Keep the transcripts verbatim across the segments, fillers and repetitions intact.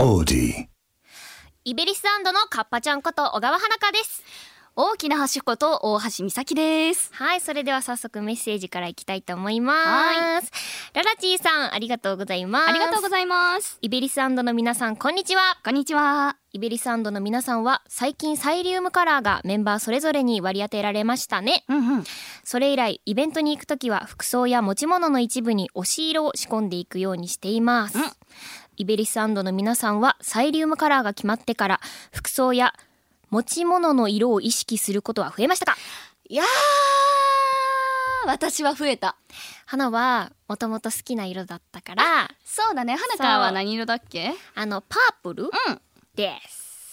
オーディイベリスアンドのカッパちゃんこと小川花香です。 大きな橋こと大橋美咲です。 はい、それでは早速メッセージからいきたいと思います。ララチーさん、ありがとうございます。 ありがとうございます。 イベリスアンドの皆さん、こんにちは。 こんにちは。 イベリスアンドの皆さんは最近サイリウムカラーがメンバーそれぞれに割り当てられましたね。 うんうん。 それ以来イベントに行くときは服装や持ち物の一部に推し色を仕込んでいくようにしています、 うん、 イベリスアンドの皆さんはサイリウムカラーが決まってから服装や持ち物の色を意識することは増えましたか？ いやー、私は増えた。 花はもともと好きな色だったから。 そうだね。花香は何色だっけ？ あのパープル、 うん、 です。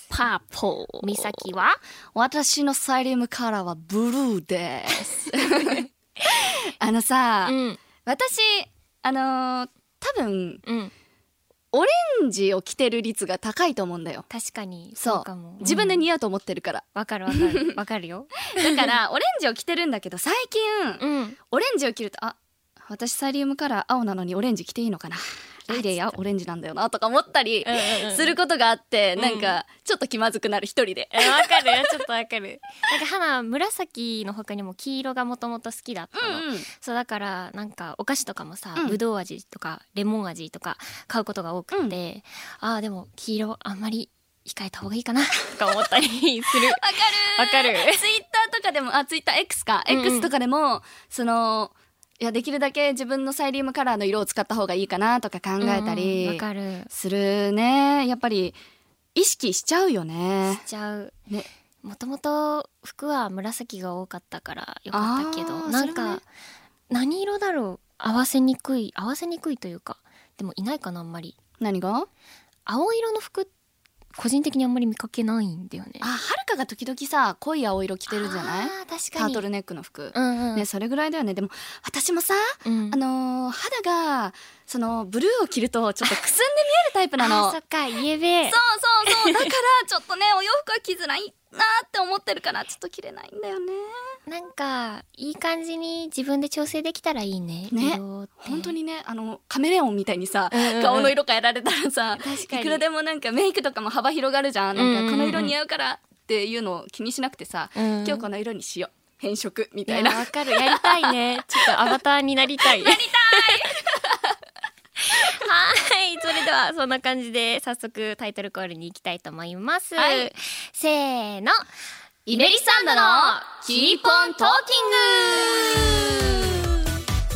パープル。 美咲は？ 私のサイリウムカラーはブルーですあのさ、 うん、 私あのー、多分、 うん、 オレンジを着てる率が高いと思うんだよ。 確かにそう、 そうかも、うん、 自分で似合うと思ってるから。 わかるわかるわかるよだからオレンジを着てるんだけど最近、 うん、 オレンジを着ると、あ、私サイリウムカラー青なのにオレンジ着ていいのかな、レイレイやオレンジなんだよなとか思ったりすることがあって、うんうんうん、なんかちょっと気まずくなる一人で。 わかるよ、ちょっとわかる。なんか花紫の他にも黄色がもともと好きだったの、うんうん、そうだからなんかお菓子とかもさ、うん、ぶどう味とかレモン味とか買うことが多くて、うん、あーでも黄色あんまり控えた方がいいかなとか思ったりする。わかるわかる。 ツイッターとかでも、あ、ツイッター X か、うんうん、X とかでもそのいやできるだけ自分のサイリウムカラーの色を使った方がいいかなとか考えたり、 うん、わかるするね。やっぱり意識しちゃうよね。 しちゃうね。もともと服は紫が多かったからよかったけど、なんか、ね、何色だろう、合わせにくい合わせにくいというか、でもいないかなあんまり。 何が？ 青色の服個人的にあんまり見かけないんだよね。 あ、はるかが時々さ濃い青色着てるじゃない？ あ、確かに。 タートルネックの服、 うんうん、ね、それぐらいだよね。でも私もさ、うん、あのー、肌がそのブルーを着るとちょっとくすんで見えるタイプなの。 あ、そっか、イエベ。 そうそうそうだからちょっとねお洋服は着づらいなって思ってるからちょっと着れないんだよね。 なんかいい感じに自分で調整できたらいいね。 ね、本当にね、あのカメレオンみたいにさ、うんうんうん、顔の色変えられたらさ、確かにいくらでもなんかメイクとかも幅広がるじゃん。なんかこの色似合うからっていうのを気にしなくてさ、うんうん、今日この色にしよう、変色みたいな。 わかる、やりたいねちょっとアバターになりたいやりたいはい、それではそんな感じで早速タイトルコールに行きたいと思います、はい、せーの、イベリサンドのキープオントーキング。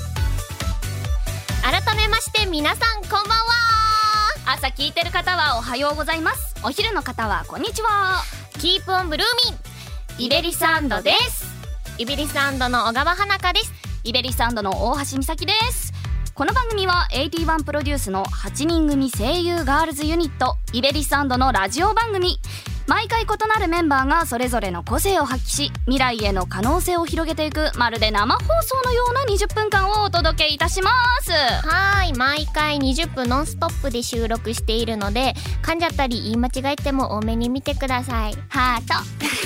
改めまして皆さんこんばんは。 朝聞いてる方はおはようございます。お昼の方はこんにちは。 キープオンブルーミン、イベリサンドです。イベリサンドの小川花香です。 イベリサンドの大橋美咲です。この番組はエイティワンプロデュースのはちにん組声優ガールズユニットイベリサンドのラジオ番組。毎回異なるメンバーがそれぞれの個性を発揮し、未来への可能性を広げていく、まるで生放送のようなにじゅっぷんかんをお届けいたします。 はい、毎回にじゅっぷんノンストップで収録しているので、噛んじゃったり言い間違えても多めに見てください。 ハート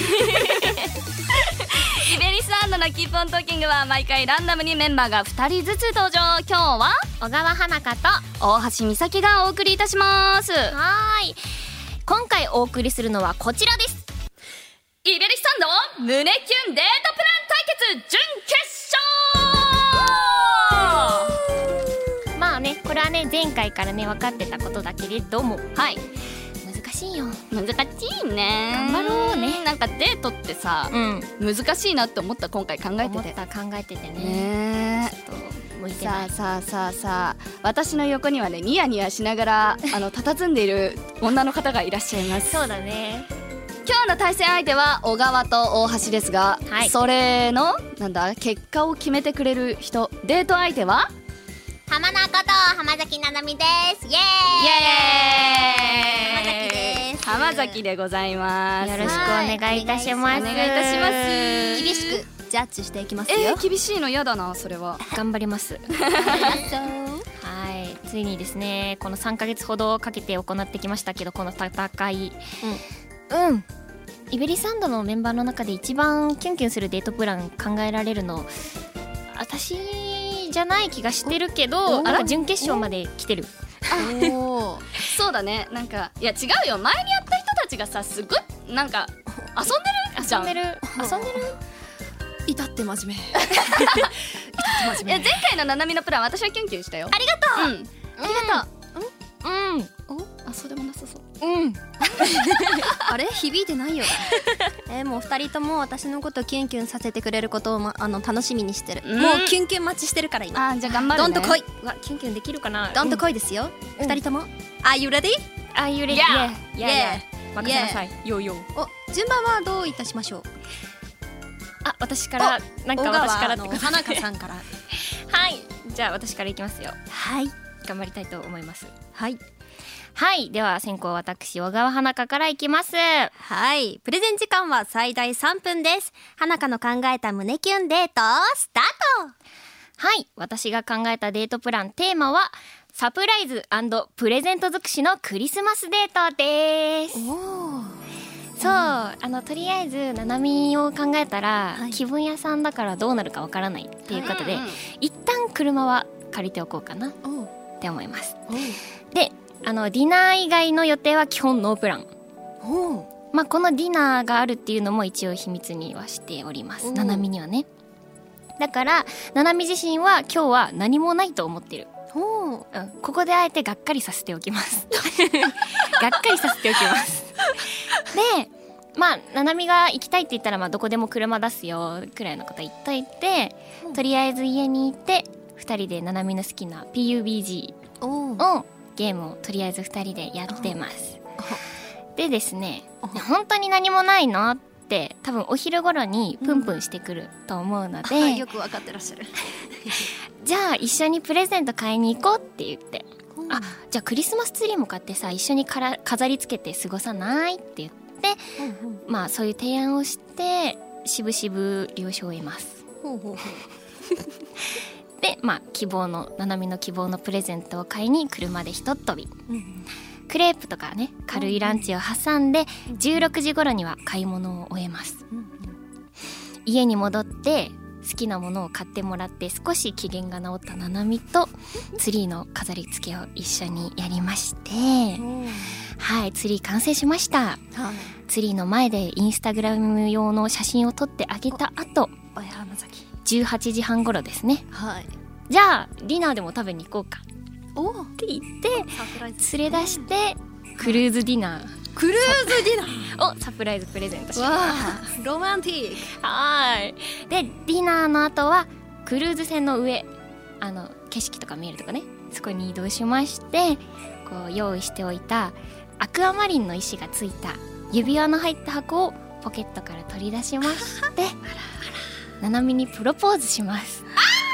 イベリスアンドのキープオントーキングは毎回ランダムにメンバーがふたりずつ登場。今日は小川花香と大橋美咲がお送りいたします。 はい、今回お送りするのはこちらです。 イベリスサンド胸キュンデートプラン対決準決勝。 まあね、これはね前回からね分かってたことだけれども、 はい、 難しいよ。 難しいね。 頑張ろうね。 なんかデートってさ、うん、難しいなって思った。今回考えてて思った考えててね。 ね、 ちょっと向いてない。 さあさあさあさあ、私の横にはねニヤニヤしながらあの佇んでいる女の方がいらっしゃいますそうだね。 今日の対戦相手は小川と大橋ですが、はい、それのなんだ結果を決めてくれる人、デート相手は浜名こと浜崎ななみです。イエーイ、イエーイ、浜崎です。 浜崎でございます。 よろしくお願いいたします。 お願いいたします。 厳しくジャッジしていきますよ。 えー、厳しいのやだな。それは頑張りますはい、ついにですね、このさんかげつほどかけて行ってきましたけど、この戦い、うん、うん、イベリサンドのメンバーの中で一番キュンキュンするデートプラン考えられるの私じゃない気がしてるけど、なんか準決勝まで来てるおそうだね。なんかいや違うよ、前にやった人たちがさすごいなんか遊んでるじゃん。 遊んでる遊んでる至って真面目至って真面目。 いや前回のななみのプラン私はキュンキュンしたよ。 ありがとう、 うん、 ありがとう。 うんおあそうでもなさそう。 うんあれ響いてないよ。 えー、もう二人とも私のことキュンキュンさせてくれることを、ま、あの楽しみにしてる、 うんもうキュンキュン待ちしてるから今。 あじゃあ頑張るね。 どんと来い、 わキュンキュンできるかな。 どんと来いですよ、 うん二人とも。Are you ready? あゆれい Yeah やいやいや任せなさい。よよお、順番はどういたしましょう。 あ私からなんか小川私からってことで花香さんからはいじゃあ私からいきますよ。 はい頑張りたいと思います。 はいはいでは先行私小川花香からいきます。 はい、プレゼン時間は最大さんぷんです。花香の考えた胸キュンデートスタート。 はい私が考えたデートプランテーマはサプライズ&プレゼント尽くしのクリスマスデートです。 おそうあのとりあえずななみを考えたら、 はい気分屋さんだからどうなるかわからないっていうことで、 うんうん一旦車は借りておこうかなっおて思います。 おであのディナー以外の予定は基本ノープラン。 おまあこのディナーがあるっていうのも一応秘密にはしております。 おななみにはね。だからななみ自身は今日は何もないと思ってる。 おうん、ここであえてがっかりさせておきますがっかりさせておきますでまあななみが行きたいって言ったらまあどこでも車出すよくらいのこと言っといて、 うんとりあえず家にいてふたりでななみの好きな ピーユービージおーをゲームをとりあえずふたりでやってます。でですね本当に何もないのって多分お昼頃にプンプンしてくると思うので、 はい、よくわかってらっしゃるじゃあ一緒にプレゼント買いに行こうって言って、あじゃあクリスマスツリーも買ってさ一緒にから飾り付けて過ごさないって言ってまあそういう提案をしてしぶしぶ了承を得ます。 ほうほうほうでまあ希望のななみの希望のプレゼントを買いに車でひとっ飛び、 うんクレープとかね軽いランチを挟んでじゅうろくじ頃には買い物を終えます。 うん家に戻って好きなものを買ってもらって少し機嫌が治ったななみとツリーの飾り付けを一緒にやりまして、 うんはいツリー完成しました。 はいツリーの前でインスタグラム用の写真を撮ってあげた後おや浜崎じゅうはちじはん頃ですね。 はいじゃあディナーでも食べに行こうかおって言ってサプライズ連れ出してクルーズディナークルーズディナーをサプライズプレゼントします。 わあロマンティッはーいでディナーの後はクルーズ船の上あの景色とか見えるとかねそこに移動しましてこう用意しておいたアクアマリンの石がついた指輪の入った箱をポケットから取り出しましてななみにプロポーズします。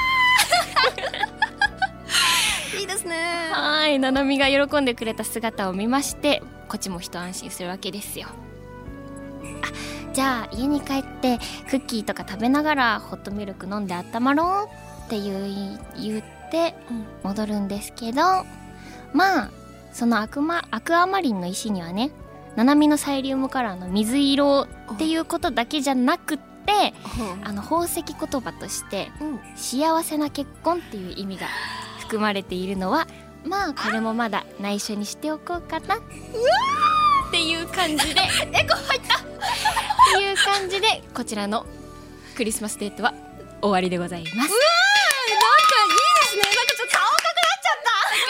クいいですねはーいななみが喜んでくれた姿を見ましてこっちも一安心するわけですよ。あじゃあ家に帰ってクッキーとか食べながらホットミルク飲んで温まろうっていう言って戻るんですけど、まあそのアクマアクアマリンの石にはねななみのサイリウムカラーの水色っていうことだけじゃなくってあの宝石言葉としてうん幸せな結婚っていう意味が含まれているのはまあこれもまだ内緒にしておこうかなっていう感じでエコ入ったっていう感じでこちらのクリスマスデートは終わりでございます。 なんかいいですね。なんかちょっと顔赤くなっちゃ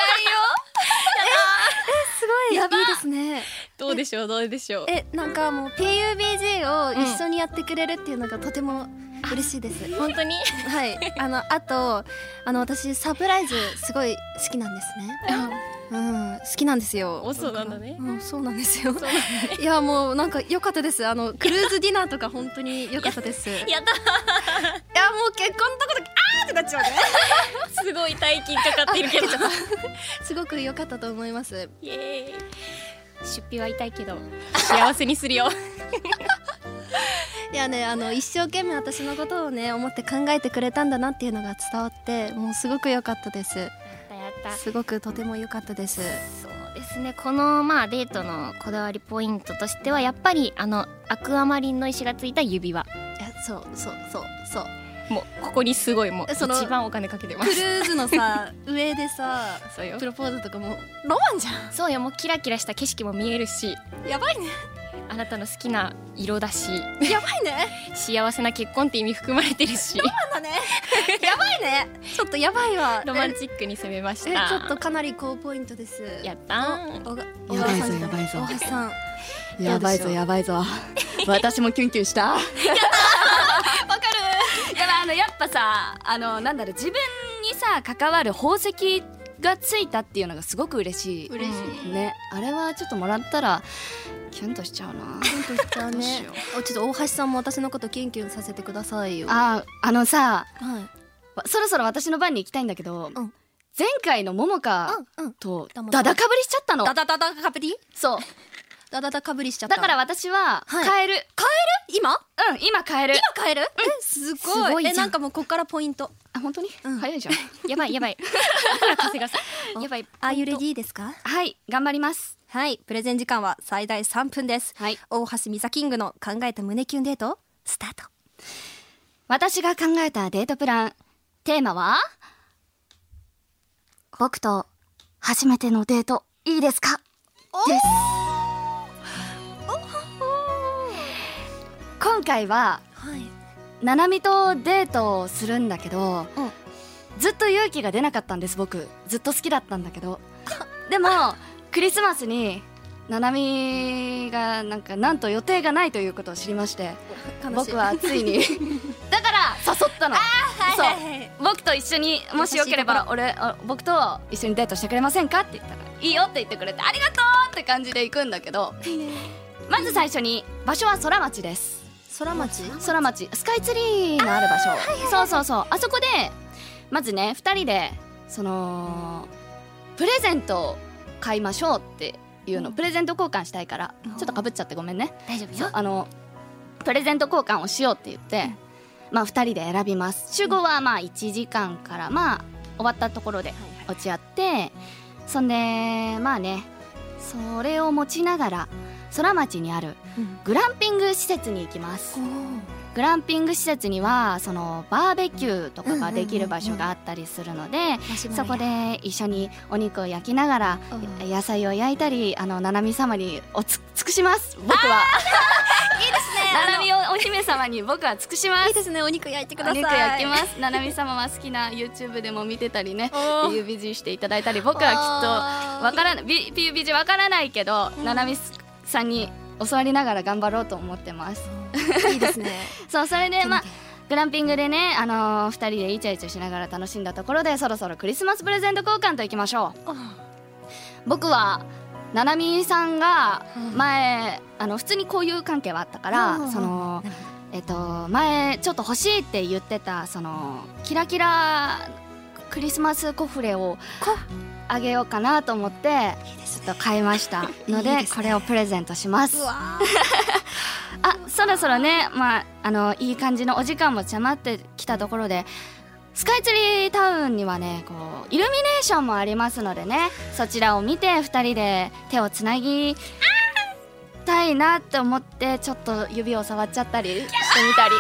ったすごいやばいいですね。 どうでしょうどうでしょう。 えなんかもう ピーユービージー を一緒にやってくれるっていうのがとても嬉しいです、 本当にはいあのあとあの私サプライズすごい好きなんですねうん好きなんですよ。 おそうなんだねうんそうなんですよいやもうなんか良かったです。あのクルーズディナーとか本当に良かったですいやもやったう結婚のとこだけあーってなっちゃうねすごい大金かかってるけどすごく良かったと思います。 イエーイ出費は痛いけど幸せにするよいやねあの一生懸命私のことをね思って考えてくれたんだなっていうのが伝わってもうすごく良かったです。 やったやったすごくとても良かったです。 そうですねこのまあデートのこだわりポイントとしてはやっぱりあのアクアマリンの石がついた指輪いやそうそうそうそうもうここにすごいもうその一番お金かけてます。 クルーズのさ上でさそうよプロポーズとかもロマンじゃそうよ、もうキラキラした景色も見えるし、 ん。やばいねあなたの好きな色だし、 やばいね幸せな結婚って意味含まれてるし、 だねやばいねちょっとやばいわ。 ロマンチックに攻めましえた。 ちょっとかなり高ポイントです。 やったー。 おがやばいぞ小川さんやばいぞ大橋さんやばいぞやばいぞ私もキュンキュンしたわかるやばいあのやっぱさあのなんだろう自分にさ関わる宝石がついたっていうのがすごく嬉しい嬉しい。 ね。あれはちょっともらったらキュンとしちゃうな。 キュンとしちゃうどうしねよ。 おちょっと大橋さんも私のことキュンキュンさせてくださいよ。 ああのさはい。 そろそろ私の番に行きたいんだけど、 うん前回のももかうんうん。 とだもダダかぶりしちゃったの。 ダダダダかぶり？ そうダダダかぶりしちゃった。 だから私ははい変える、 今？ うん今変える今変える？えすすごい。 ごいじゃんえなんかもうこっからポイント。 あ本当に、 うん早いじゃんやばいやばい。だから稼がさ。やばい。 あゆレディーですか？ はい頑張ります。 はい。プレゼン時間は最大さんぷんです。 はい大橋美沙キングの考えた胸キュンデートスタート。 私が考えたデートプランテーマは僕と初めてのデートいいですかです。今回ははい。 ななみとデートをするんだけど、 うんずっと勇気が出なかったんです。僕ずっと好きだったんだけどでもクリスマスにななみがなんかなんと予定がないということを知りまして、僕はついにだから誘ったの。そう僕と一緒にもしよければ俺あ僕と一緒にデートしてくれませんかって言ったらいいよって言ってくれてありがとうって感じで行くんだけど、まず最初に場所は空町です。 空町？ 空町スカイツリーのある場所、そうそうそうあそこでまずねふたりでそのプレゼントを買いましょうっていうの、プレゼント交換したいから、ちょっとかぶっちゃってごめんね。 大丈夫よ。 そうあのプレゼント交換をしようって言って、まあふたりで選びます。集合はまあいちじかんからまあ終わったところで落ち合って、そんでまあねそれを持ちながら空町にあるグランピング施設に行きます。グランピング施設にはそのバーベキューとかができる場所があったりするので、そこで一緒にお肉を焼きながら野菜を焼いたり、あのななみ様におつ尽くします。僕はいいですね。ななみをお姫様に僕は尽くします。 いいですね。お肉焼いてください。 お肉焼きます。ななみ様は好きな YouTube でも見てたりね、 ピーユービージー していただいたり、僕はきっとわからない ピーユービージー わからないけど、ななみさんに教わりながら頑張ろうと思ってます。 いいですね。 そうそれでまあグランピングでね、あのー、ふたりでイチャイチャしながら楽しんだところで、そろそろクリスマスプレゼント交換といきましょう。僕はななみさんが前あの普通に交友関係はあったから、そのえっと前ちょっと欲しいって言ってたそのキラキラクリスマスコフレをあげようかなと思ってちょっと買いましたので、 いいですねこれをプレゼントします。 うわあそろそろね、まあ、あのいい感じのお時間も迫ってきたところで、スカイツリータウンにはねこうイルミネーションもありますのでね、そちらを見てふたりで手をつなぎたいなって思って、ちょっと指を触っちゃったりしてみたり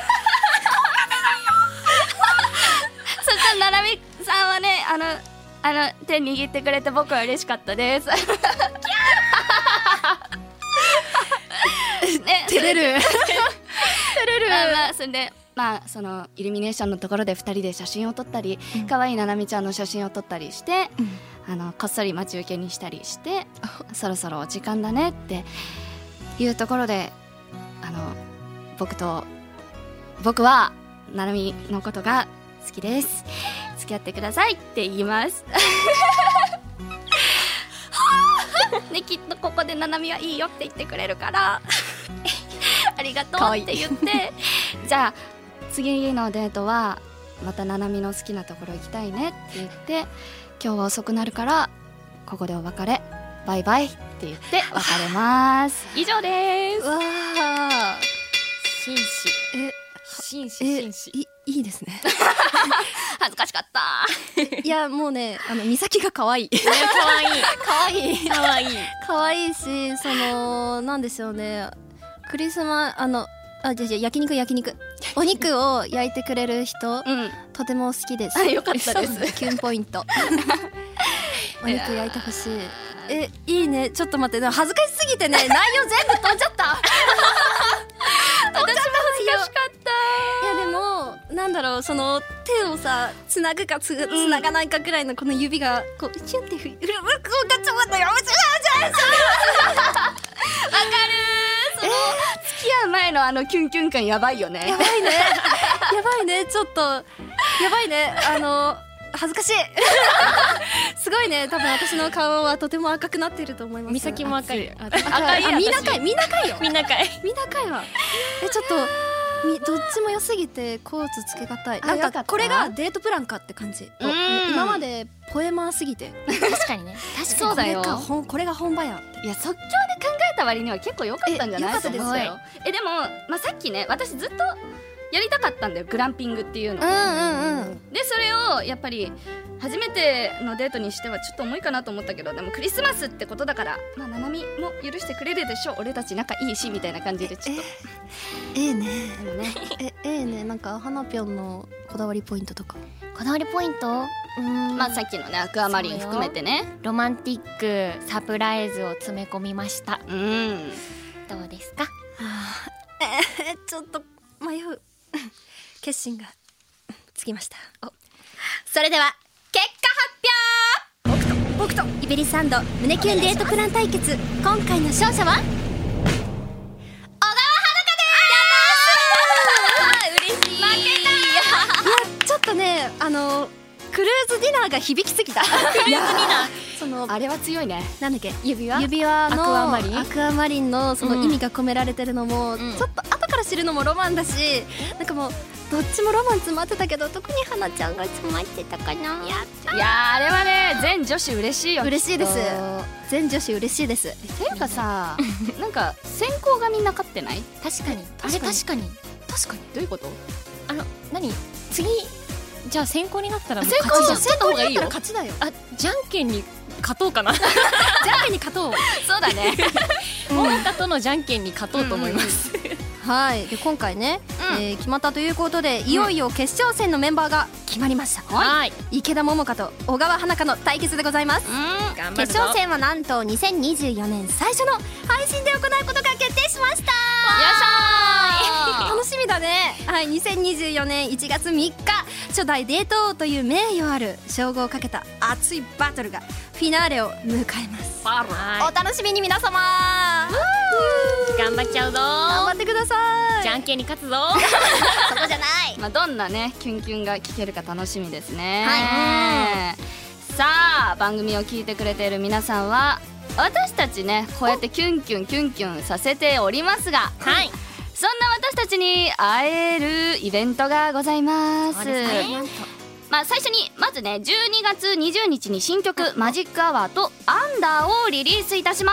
そしたらななみさんはねあのあの手握ってくれて僕は嬉しかったですね、 照れる。 照れる。まあまあそれでまあそのイルミネーションのところでふたりで写真を撮ったり、可愛いななみちゃんの写真を撮ったりして、あのこっそり待ち受けにしたりして、そろそろお時間だねっていうところで、あの僕と僕はななみのことが好きです、付き合ってくださいって言いますね、きっとここでななみはいいよって言ってくれるからありがとうって言ってじゃあ次のデートはまたななみの好きなところ行きたいねって言って、今日は遅くなるからここでお別れバイバイって言って別れます以上です。 わあ。 紳士え紳士え紳士。 いいいですね。 恥ずかしかったいやもうねあの美咲が可愛い。 可愛い可愛い可愛い。 可愛いし、そのなんでしょうね、クリスマあのあ、じゃじゃ焼肉焼肉お肉を焼いてくれる人、 うん、 とても好きです。 あ、よかったですキュンポイントお肉焼いてほしい。え、いいね。ちょっと待って、恥ずかしすぎてね、内容全部飛んじゃった私も恥ずかしかった。いやでもなんだろう、その手をさつなぐかつつながないかくらいのこの指がこうチュンってふる、うわ、こうガチャガチャガチャガチャ。 わかる。その付き合う前のあのキュンキュン感やばいよね。 やばいねやばいね、ちょっとやばいね。あの恥ずかしいすごいね。多分私の顔はとても赤くなってると思います。 美咲も赤い。 赤い。あ、みんな赤い。みんな赤いよ。 みんな赤い。 みんな赤いわ。え、ちょっとみどっちも良すぎてコーツつけがたい。なんかこれがデートプランかって感じ。今までポエマーすぎて。 確かにね。確かにそうだよ。 これか本これが本場や。 いや、即興で考えた割には結構良かったんじゃない？ 良かったですよ。 え、でもまあさっきね、私ずっとやりたかったんだよ、グランピングっていうの。 うんうんうん。 でそれをやっぱり初めてのデートにしてはちょっと重いかなと思ったけど、でもクリスマスってことだから、まあななみも許してくれるでしょ、俺たち仲いいしみたいな感じでちょっとええねでもねえええね。なんか花ぴょんのこだわりポイントとか。 こだわりポイント、うーん、 まあさっきのねアクアマリン含めてね、 ロマンティックサプライズを詰め込みました。 うん、 どうですか？ えー、ちょっと迷う決心がつきました。それでは結果発表。僕と僕とイベリサンド胸キュンデートプラン対決、今回の勝者は嬉しい。負けた。いや、ちょっとね、あのクルーズディナーが響きすぎた。クルーズディナーそのあれは強いね。 なんだっけ、 指輪指輪のアクアマリンアクアマリンのその意味が込められてるのも、 うん、 ちょっと後から知るのもロマンだし、なんかもうどっちもロマン詰まってたけど、特に花ちゃんが詰まってたかな。やったいやー、あれはね全女子嬉しいよ。 嬉しいです。全女子嬉しいです。 ていうかさなんか先行がみんな勝ってない？ 確かに。あれ確かに確かに。 どういうこと？ あの何次じゃあ先行になったらもう先行勝ちじゃん。 先行になったら勝ちだよ。 あ、じゃんけんに勝とうかな。 じゃんけんに勝とう。 そうだね。 桃花とのじゃんけんに勝とうと思います。 はい。で今回ね、 うんえー決まったということで、いよいよ決勝戦のメンバーが決まりました。 はい。 池田桃香と小川花香の対決でございます。 うん頑張るぞ。 決勝戦はなんとにせんにじゅうよねん最初の配信で行うことが決定しました。 よいしょー。 楽しみだね。はい、にせんにじゅうよねんいちがつみっか、初代デート王という名誉ある称号をかけた熱いバトルがフィナーレを迎えます。 はお楽しみに皆様。 い。頑張っちゃうぞ。 頑張ってください。 じゃんけんに勝つぞ。 そこじゃない。 まあどんなねキュンキュンが聞けるか楽しみですね。 はさあ番組を聞いてくれている皆さんは、私たちねこうやってキュンキュンキュンキュンさせておりますが、 はい。 そんな私たちに会えるイベントがございます。 そうですね。 まあ最初にまずねじゅうにがつにじゅうにちに新曲「マジックアワー」と「アンダー」をリリースいたします。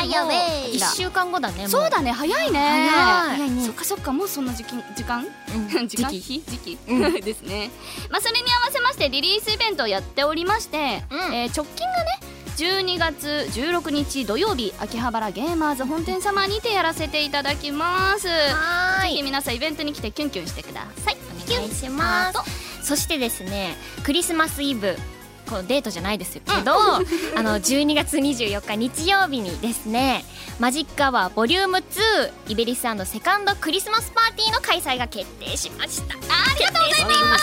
イエーイ。 もう一週間後だね。もうそうだね、早いね。 早いね。 そっかそっか、もうそんな時期時間うん時間時期日時期、 うですね。まあそれに合わせましてリリースイベントをやっておりまして、 うんえー直近がねじゅうにがつじゅうろくにち土曜日、秋葉原ゲーマーズ本店様にてやらせていただきます。ぜはひ皆さんイベントに来てキュンキュンしてください。 お願いします。そしてですね、クリスマスイブ、このデートじゃないですけど、あのじゅうにがつにじゅうよっか日曜日にですね、マジックアワーボリュームツーイベリス&セカンドクリスマスパーティーの開催が決定しました。ありがとうございます。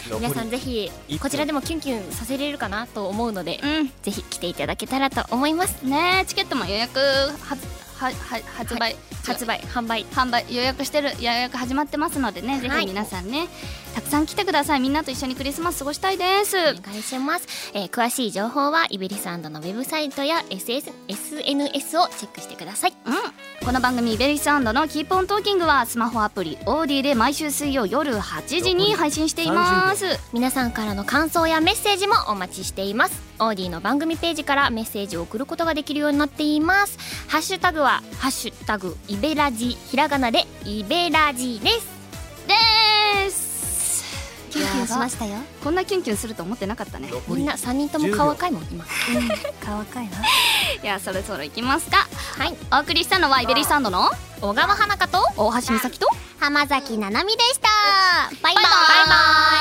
皆さんぜひこちらでもキュンキュンさせれるかなと思うので、 うんぜひ来ていただけたらと思います。 ね、チケットも予約ははは発売、 発売販売販売予約してる予約始まってますのでね、ぜはいひ皆さんねたくさん来てください。みんなと一緒にクリスマス過ごしたいです。 お願いします。えー詳しい情報はイベリサンドのウェブサイトや エスエヌエス をチェックしてください。 うん、この番組イベリス&のキープオントーキングはスマホアプリオーディで毎週水曜夜はちじに配信しています。 皆さんからの感想やメッセージもお待ちしています。オーディの番組ページからメッセージを送ることができるようになっています。ハッシュタグはハッシュタグイベラジ、ひらがなでイベラジです。 ですキュンキュンしましたよ。 こんなキュンキュンすると思ってなかったね。 みんなさんにんとも顔赤いもん今。 顔赤いわ。 いや、そろそろ行きますか。 はい。 お送りしたのはイベリス&の小川花香と大橋美咲と浜崎ななみでした。バイバイ。 バイバイ。